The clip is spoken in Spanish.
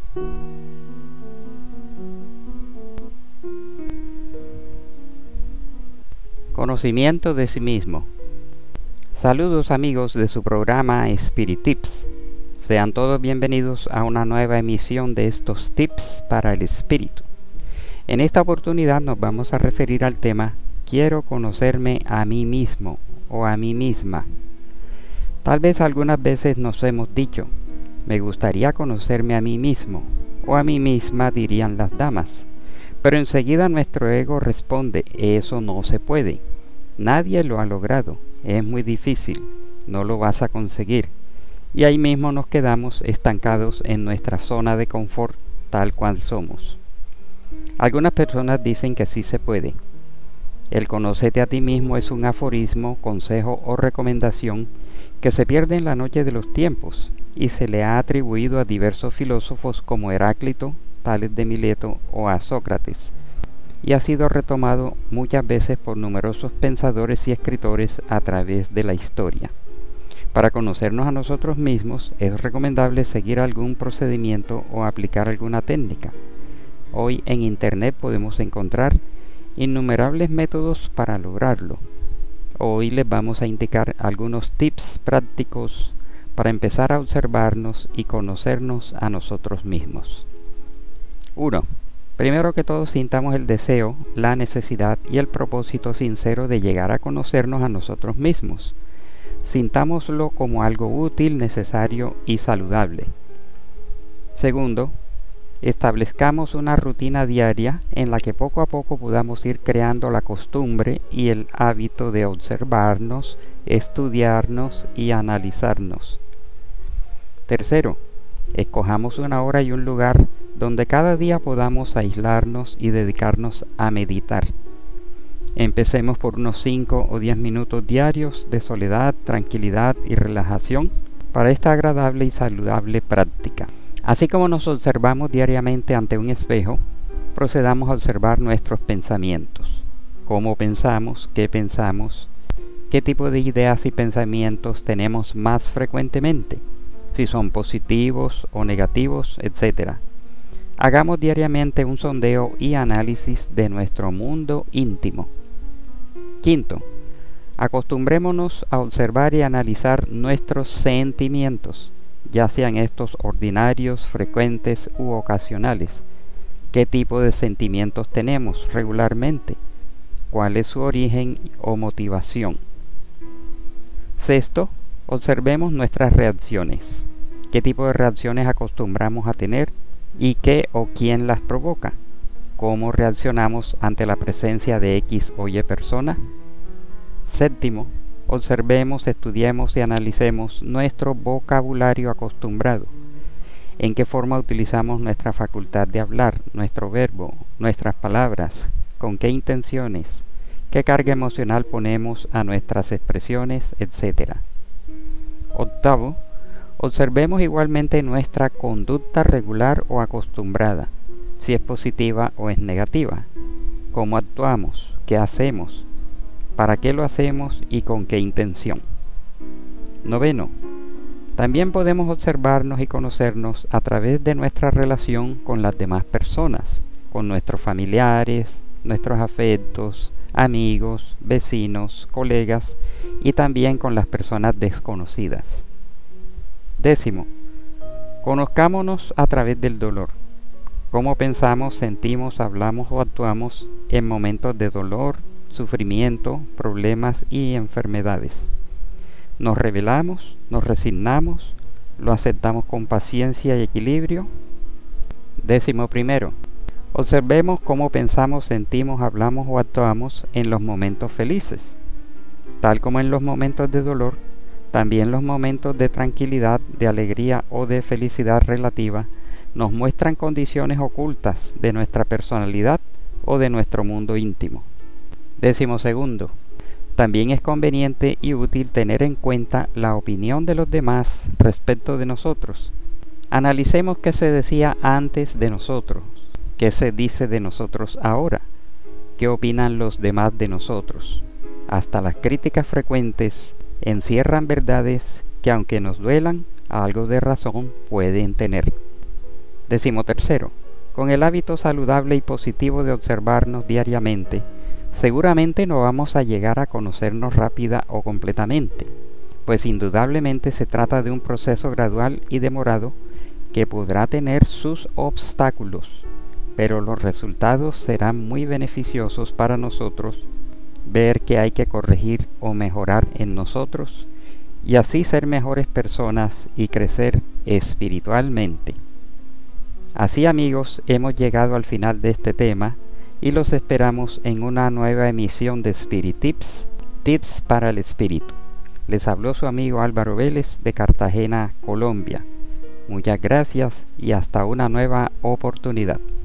Conocimiento de sí mismo. Saludos amigos de su programa Spirit Tips. Sean todos bienvenidos a una nueva emisión de estos tips para el espíritu. En esta oportunidad nos vamos a referir al tema Quiero conocerme a mí mismo o a mí misma. Tal vez algunas veces nos hemos dicho, me gustaría conocerme a mí mismo o a mí misma, dirían las damas. Pero enseguida nuestro ego responde, eso no se puede. Nadie lo ha logrado, es muy difícil, no lo vas a conseguir. Y ahí mismo nos quedamos estancados en nuestra zona de confort tal cual somos. Algunas personas dicen que sí se puede. El conócete a ti mismo es un aforismo, consejo o recomendación que se pierde en la noche de los tiempos y se le ha atribuido a diversos filósofos como Heráclito, Tales de Mileto o a Sócrates, y ha sido retomado muchas veces por numerosos pensadores y escritores a través de la historia. Para conocernos a nosotros mismos es recomendable seguir algún procedimiento o aplicar alguna técnica. Hoy en Internet podemos encontrar innumerables métodos para lograrlo. Hoy les vamos a indicar algunos tips prácticos para empezar a observarnos y conocernos a nosotros mismos. 1. Primero que todo, sintamos el deseo, la necesidad y el propósito sincero de llegar a conocernos a nosotros mismos. Sintámoslo como algo útil, necesario y saludable. Segundo, establezcamos una rutina diaria en la que poco a poco podamos ir creando la costumbre y el hábito de observarnos, estudiarnos y analizarnos. Tercero, escojamos una hora y un lugar donde cada día podamos aislarnos y dedicarnos a meditar. Empecemos por unos 5 o 10 minutos diarios de soledad, tranquilidad y relajación para esta agradable y saludable práctica. Así como nos observamos diariamente ante un espejo, procedamos a observar nuestros pensamientos. ¿Cómo pensamos? ¿Qué pensamos? ¿Qué tipo de ideas y pensamientos tenemos más frecuentemente? Si son positivos o negativos, etc. Hagamos diariamente un sondeo y análisis de nuestro mundo íntimo. Quinto, acostumbrémonos a observar y analizar nuestros sentimientos, ya sean estos ordinarios, frecuentes u ocasionales. ¿Qué tipo de sentimientos tenemos regularmente? ¿Cuál es su origen o motivación? Sexto, observemos nuestras reacciones. ¿Qué tipo de reacciones acostumbramos a tener y qué o quién las provoca? ¿Cómo reaccionamos ante la presencia de X o Y persona? Séptimo, observemos, estudiemos y analicemos nuestro vocabulario acostumbrado. ¿En qué forma utilizamos nuestra facultad de hablar, nuestro verbo, nuestras palabras? ¿Con qué intenciones? ¿Qué carga emocional ponemos a nuestras expresiones, etcétera? Octavo, observemos igualmente nuestra conducta regular o acostumbrada, si es positiva o es negativa. ¿Cómo actuamos? ¿Qué hacemos? ¿Para qué lo hacemos y con qué intención? Noveno, también podemos observarnos y conocernos a través de nuestra relación con las demás personas, con nuestros familiares, nuestros afectos, amigos, vecinos, colegas y también con las personas desconocidas. Décimo, conozcámonos a través del dolor. Cómo pensamos, sentimos, hablamos o actuamos en momentos de dolor, sufrimiento, problemas y enfermedades. Nos rebelamos, nos resignamos, lo aceptamos con paciencia y equilibrio. Décimo primero, observemos cómo pensamos, sentimos, hablamos o actuamos en los momentos felices. Tal como en los momentos de dolor, también los momentos de tranquilidad, de alegría o de felicidad relativa nos muestran condiciones ocultas de nuestra personalidad o de nuestro mundo íntimo. Décimo segundo, también es conveniente y útil tener en cuenta la opinión de los demás respecto de nosotros. Analicemos qué se decía antes de nosotros, qué se dice de nosotros ahora, qué opinan los demás de nosotros. Hasta las críticas frecuentes encierran verdades que, aunque nos duelan, algo de razón pueden tener. 13. Con el hábito saludable y positivo de observarnos diariamente, seguramente no vamos a llegar a conocernos rápida o completamente, pues indudablemente se trata de un proceso gradual y demorado que podrá tener sus obstáculos, pero los resultados serán muy beneficiosos para nosotros. Ver que hay que corregir o mejorar en nosotros y así ser mejores personas y crecer espiritualmente. Así, amigos, hemos llegado al final de este tema y los esperamos en una nueva emisión de Spirit Tips, Tips para el Espíritu. Les habló su amigo Álvaro Vélez de Cartagena, Colombia. Muchas gracias y hasta una nueva oportunidad.